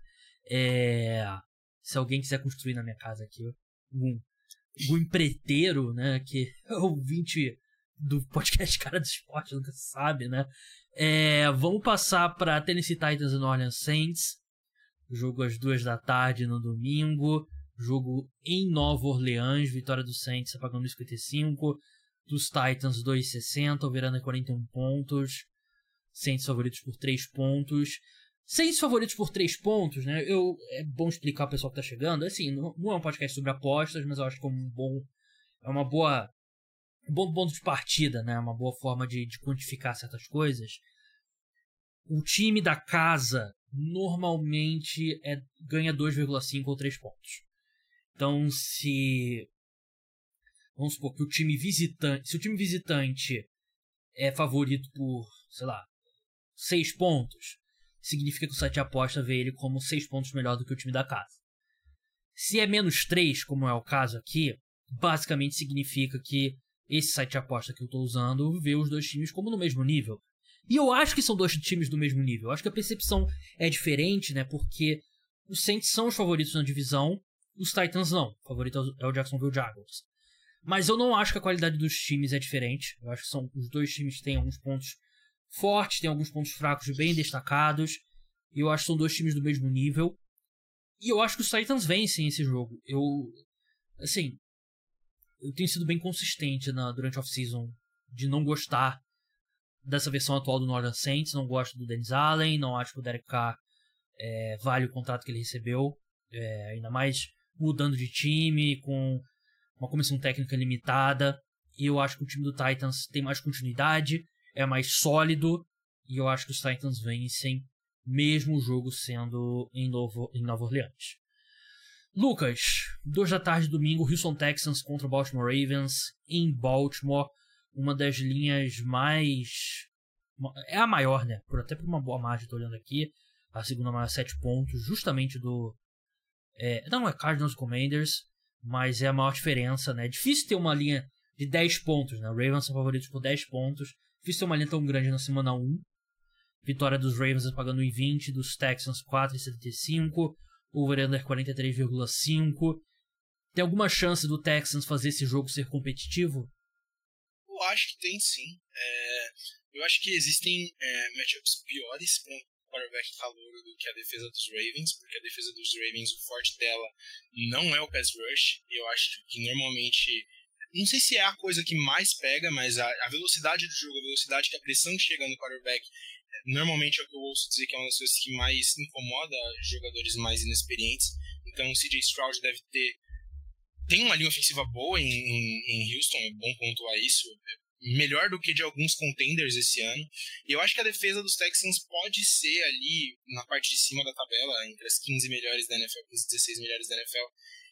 Se alguém quiser construir na minha casa aqui, um empreiteiro, né, que é ouvinte do podcast Cara do Esporte, nunca sabe, né? Vamos passar para Tennessee Titans e New Orleans Saints. Jogo às 2 da tarde no domingo. Jogo em Nova Orleans. Vitória do Saints pagando 1,55. Dos Titans 2,60. Over-under 41 pontos. Saints favoritos por 3 pontos. Saints favoritos por 3 pontos, né? É bom explicar ao pessoal que tá chegando. Assim, não é um podcast sobre apostas, mas eu acho que é um bom ponto de partida, né? Uma boa forma de quantificar certas coisas. O time da casa normalmente ganha 2,5 ou 3 pontos. Então, vamos supor que o time visitante é favorito por, sei lá, 6 pontos, significa que o site de aposta vê ele como 6 pontos melhor do que o time da casa. Se é menos 3, como é o caso aqui, basicamente significa que esse site de aposta que eu estou usando vê os dois times como no mesmo nível. E eu acho que são dois times do mesmo nível. Eu acho que a percepção é diferente, né? Porque os Saints são os favoritos na divisão, os Titans não. O favorito é o Jacksonville Jaguars. Mas eu não acho que a qualidade dos times é diferente. Eu acho que os dois times têm alguns pontos fortes, têm alguns pontos fracos bem destacados. E eu acho que são dois times do mesmo nível. E eu acho que os Titans vencem esse jogo. Eu tenho sido bem consistente durante a off-season de não gostar dessa versão atual do New Orleans Saints. Não gosto do Dennis Allen, não acho que o Derek Carr vale o contrato que ele recebeu, ainda mais mudando de time, com uma comissão técnica limitada. E eu acho que o time do Titans tem mais continuidade, é mais sólido, e eu acho que os Titans vencem, mesmo o jogo sendo em Nova Orleans. Lucas, 2 da tarde domingo, Houston Texans contra o Baltimore Ravens em Baltimore, uma das linhas mais... é a maior, né? Até por uma boa margem, tô olhando aqui, a segunda maior 7 pontos, justamente do... não é Cardinals Commanders, mas é a maior diferença, né? É difícil ter uma linha de 10 pontos, né? O Ravens são favoritos por 10 pontos, difícil ter uma linha tão grande na semana 1. Vitória dos Ravens pagando 1,20, dos Texans 4,75, over-under 43,5. Tem alguma chance do Texans fazer esse jogo ser competitivo? Eu acho que tem sim. Eu acho que existem matchups piores para um quarterback calouro do que a defesa dos Ravens, porque a defesa dos Ravens, o forte dela não é o pass rush. Eu acho que normalmente, não sei se é a coisa que mais pega, mas a velocidade do jogo, a velocidade que a pressão chega no quarterback, normalmente é o que eu ouço dizer que é uma das coisas que mais incomoda jogadores mais inexperientes. Então o CJ Stroud tem uma linha ofensiva boa em Houston, é bom pontuar isso, melhor do que de alguns contenders esse ano. E eu acho que a defesa dos Texans pode ser ali na parte de cima da tabela, entre as 15 melhores da NFL, 15 16 melhores da NFL.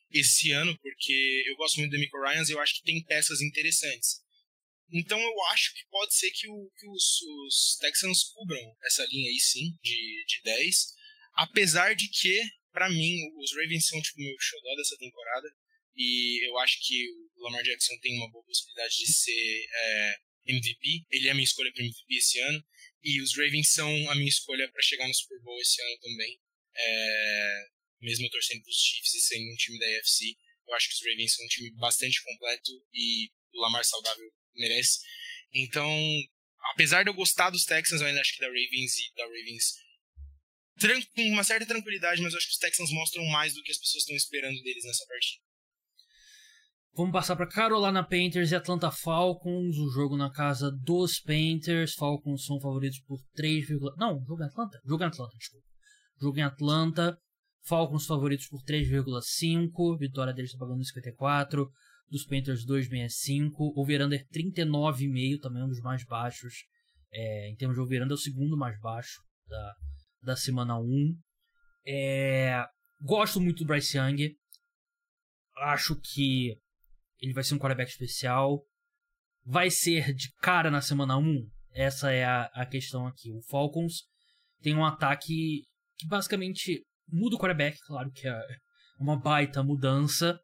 esse ano, porque eu gosto muito do DeMeco Ryans e eu acho que tem peças interessantes. Então eu acho que pode ser que os Texans cubram essa linha aí sim, de 10. Apesar de que, pra mim, os Ravens são tipo o meu xodó dessa temporada. E eu acho que o Lamar Jackson tem uma boa possibilidade de ser MVP. Ele é a minha escolha para MVP esse ano. E os Ravens são a minha escolha para chegar no Super Bowl esse ano também. Mesmo torcendo pros Chiefs e sendo um time da AFC, eu acho que os Ravens são um time bastante completo e o Lamar saudável merece. Então, apesar de eu gostar dos Texans, eu ainda acho que da Ravens com uma certa tranquilidade, mas eu acho que os Texans mostram mais do que as pessoas estão esperando deles nessa partida. Vamos passar para Carolina Panthers e Atlanta Falcons, o jogo na casa dos Panthers. Falcons são favoritos por 3, não, jogo em Atlanta? Desculpa. Jogo em Atlanta, Falcons favoritos por 3,5, vitória deles está pagando 54, dos Panthers 2,65, over-under 39,5, também um dos mais baixos, em termos de over-under é o segundo mais baixo da semana 1. Gosto muito do Bryce Young, acho que ele vai ser um quarterback especial, vai ser de cara na semana 1, essa é a questão aqui. O Falcons tem um ataque que basicamente muda o quarterback, claro que é uma baita mudança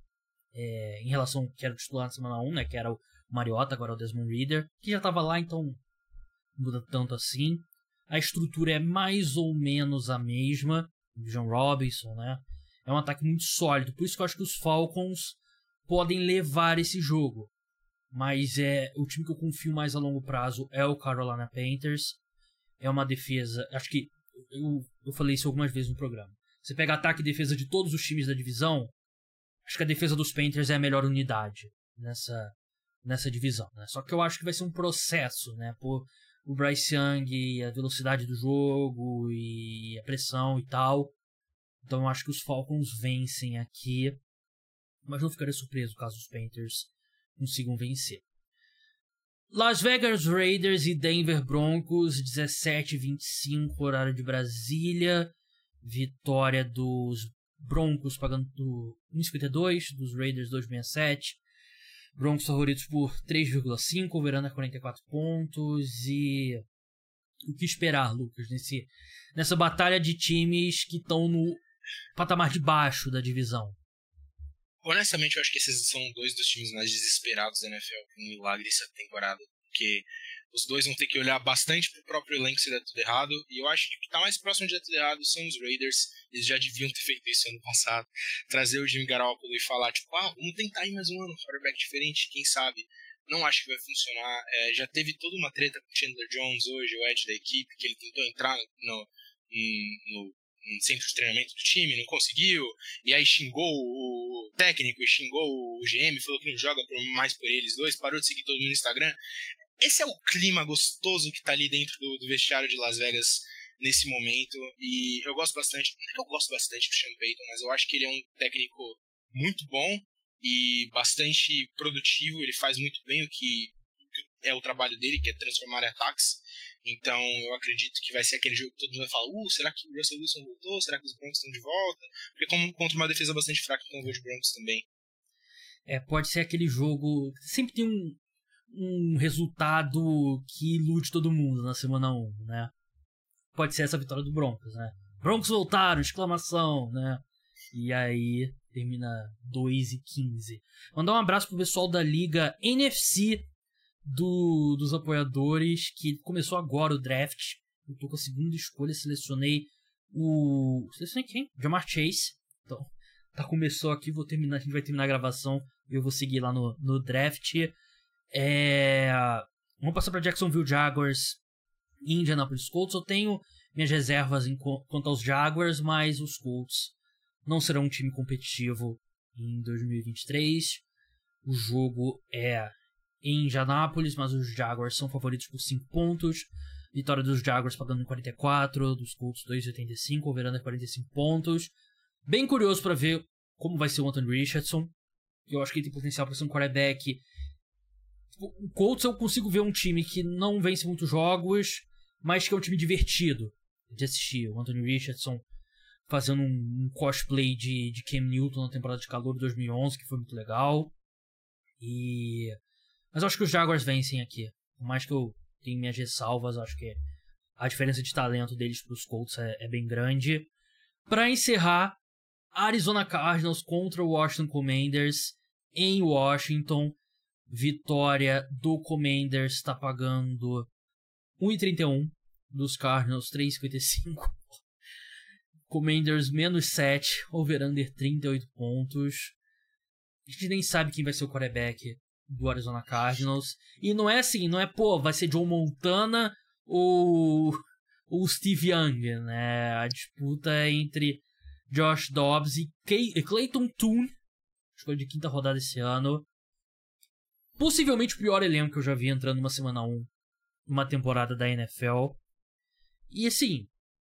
em relação ao que era o titular na semana 1, né, que era o Mariota, agora é o Desmond Ridder, que já estava lá, então não muda tanto assim. A estrutura é mais ou menos a mesma, o John Robinson, né, é um ataque muito sólido, por isso que eu acho que os Falcons podem levar esse jogo, mas o time que eu confio mais a longo prazo é o Carolina Panthers. É uma defesa, acho que eu falei isso algumas vezes no programa, você pega ataque e defesa de todos os times da divisão, acho que a defesa dos Panthers é a melhor unidade nessa divisão, né? Só que eu acho que vai ser um processo, né, por o Bryce Young e a velocidade do jogo e a pressão e tal, então eu acho que os Falcons vencem aqui, mas não ficaria surpreso caso os Panthers consigam vencer. Las Vegas Raiders e Denver Broncos, 17h25, horário de Brasília. Vitória dos Broncos pagando 1,52, dos Raiders 2,67. Broncos favoritos por 3,5, over-under 44 pontos. E o que esperar, Lucas, nessa batalha de times que estão no patamar de baixo da divisão? Honestamente, eu acho que esses são dois dos times mais desesperados da NFL com um milagre essa temporada, porque os dois vão ter que olhar bastante pro próprio elenco se der tudo errado, e eu acho que o que tá mais próximo de dar tudo errado são os Raiders. Eles já deviam ter feito isso ano passado, trazer o Jimmy Garoppolo e falar, tipo, vamos tentar ir mais um ano, quarterback diferente, quem sabe. Não acho que vai funcionar. Já teve toda uma treta com o Chandler Jones hoje, o Ed da equipe, que ele tentou entrar no centro de treinamento do time, não conseguiu, e aí xingou o técnico e xingou o GM, falou que não joga mais por eles dois, parou de seguir todo mundo no Instagram. Esse é o clima gostoso que tá ali dentro do vestiário de Las Vegas nesse momento, e eu gosto bastante, não é que eu gosto bastante do Sean Payton, mas eu acho que ele é um técnico muito bom e bastante produtivo, ele faz muito bem o que é o trabalho dele, que é transformar em ataques. Então eu acredito que vai ser aquele jogo que todo mundo vai falar, será que o Russell Wilson voltou? Será que os Broncos estão de volta? Porque como contra uma defesa bastante fraca, então eu vejo Broncos também. Pode ser aquele jogo, sempre tem um resultado que ilude todo mundo na semana 1, né? Pode ser essa vitória do Broncos, né? Broncos voltaram, exclamação, né? E aí termina 2-15. Mandar um abraço pro pessoal da Liga NFC dos apoiadores, que começou agora o draft. Eu tô com a segunda escolha, selecionei quem? Jamar Chase. Então, começou aqui, a gente vai terminar a gravação e eu vou seguir lá no draft. Vamos passar para Jacksonville Jaguars e Indianapolis Colts. Eu tenho minhas reservas quanto aos Jaguars, mas os Colts não serão um time competitivo em 2023. O jogo é em Indianápolis, mas os Jaguars são favoritos por 5 pontos. Vitória dos Jaguars pagando em 44, dos Colts 2,85, over-under 45 pontos. Bem curioso para ver como vai ser o Anthony Richardson. Eu acho que ele tem potencial para ser um quarterback. O Colts eu consigo ver um time que não vence muitos jogos, mas que é um time divertido de assistir. O Anthony Richardson fazendo um cosplay de Cam Newton na temporada de calor de 2011, que foi muito legal. Mas eu acho que os Jaguars vencem aqui. Por mais que eu tenha minhas ressalvas, acho que a diferença de talento deles para os Colts é bem grande. Para encerrar, Arizona Cardinals contra o Washington Commanders em Washington. Vitória do Commanders está pagando 1,31, dos Cardinals 3,55. Commanders -7, over-under 38 pontos. A gente nem sabe quem vai ser o quarterback do Arizona Cardinals. E não é assim, não é, vai ser Joe Montana ou Steve Young, né? A disputa é entre Josh Dobbs e Clayton Tune, escolha de 5ª rodada esse ano. Possivelmente o pior elenco que eu já vi entrando numa semana 1, numa temporada da NFL. E assim,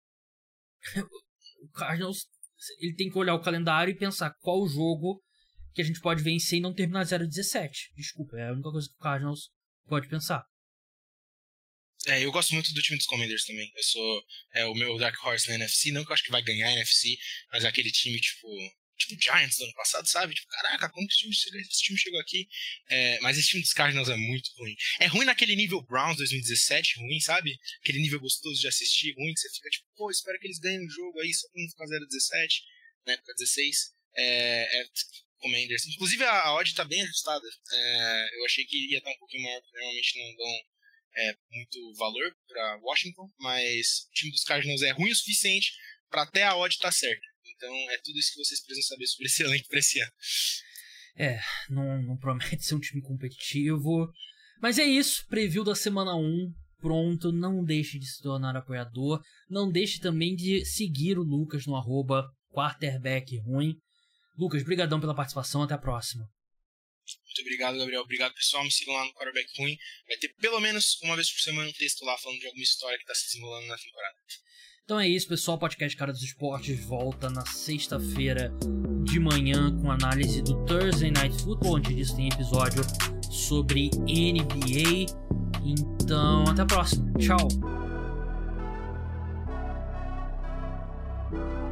o Cardinals, ele tem que olhar o calendário e pensar qual jogo que a gente pode vencer e não terminar 0-17. Desculpa, é a única coisa que o Cardinals pode pensar. Eu gosto muito do time dos Commanders também. Eu sou o meu Dark Horse na NFC. Não que eu acho que vai ganhar a NFC, mas é aquele time tipo Giants do ano passado, sabe? Tipo, caraca, como esse time chegou aqui? Mas esse time dos Cardinals é muito ruim. É ruim naquele nível Browns 2017, ruim, sabe? Aquele nível gostoso de assistir, ruim, que você fica tipo, espero que eles ganhem um jogo aí, só pra não ficar 0-17, na época 16. Commanders. Inclusive a odd tá bem ajustada. Eu achei que ia estar um pouquinho maior, porque normalmente não dão muito valor pra Washington, mas o time dos Cardinals é ruim o suficiente pra até a odd tá certa. Então é tudo isso que vocês precisam saber sobre esse elenco pra esse ano. Não promete ser um time competitivo. Mas é isso, preview da semana 1. Pronto, não deixe de se tornar apoiador. Não deixe também de seguir o Lucas no @quarterbackruim. Lucas, brigadão pela participação, até a próxima. Muito obrigado, Gabriel. Obrigado, pessoal. Me sigam lá no Quarterback Ruim. Vai ter pelo menos uma vez por semana um texto lá falando de alguma história que está se desenrolando na temporada. Então é isso, pessoal. O podcast Cara dos Esportes volta na sexta-feira de manhã com análise do Thursday Night Football. Antes disso tem episódio sobre NBA. Então, até a próxima. Tchau.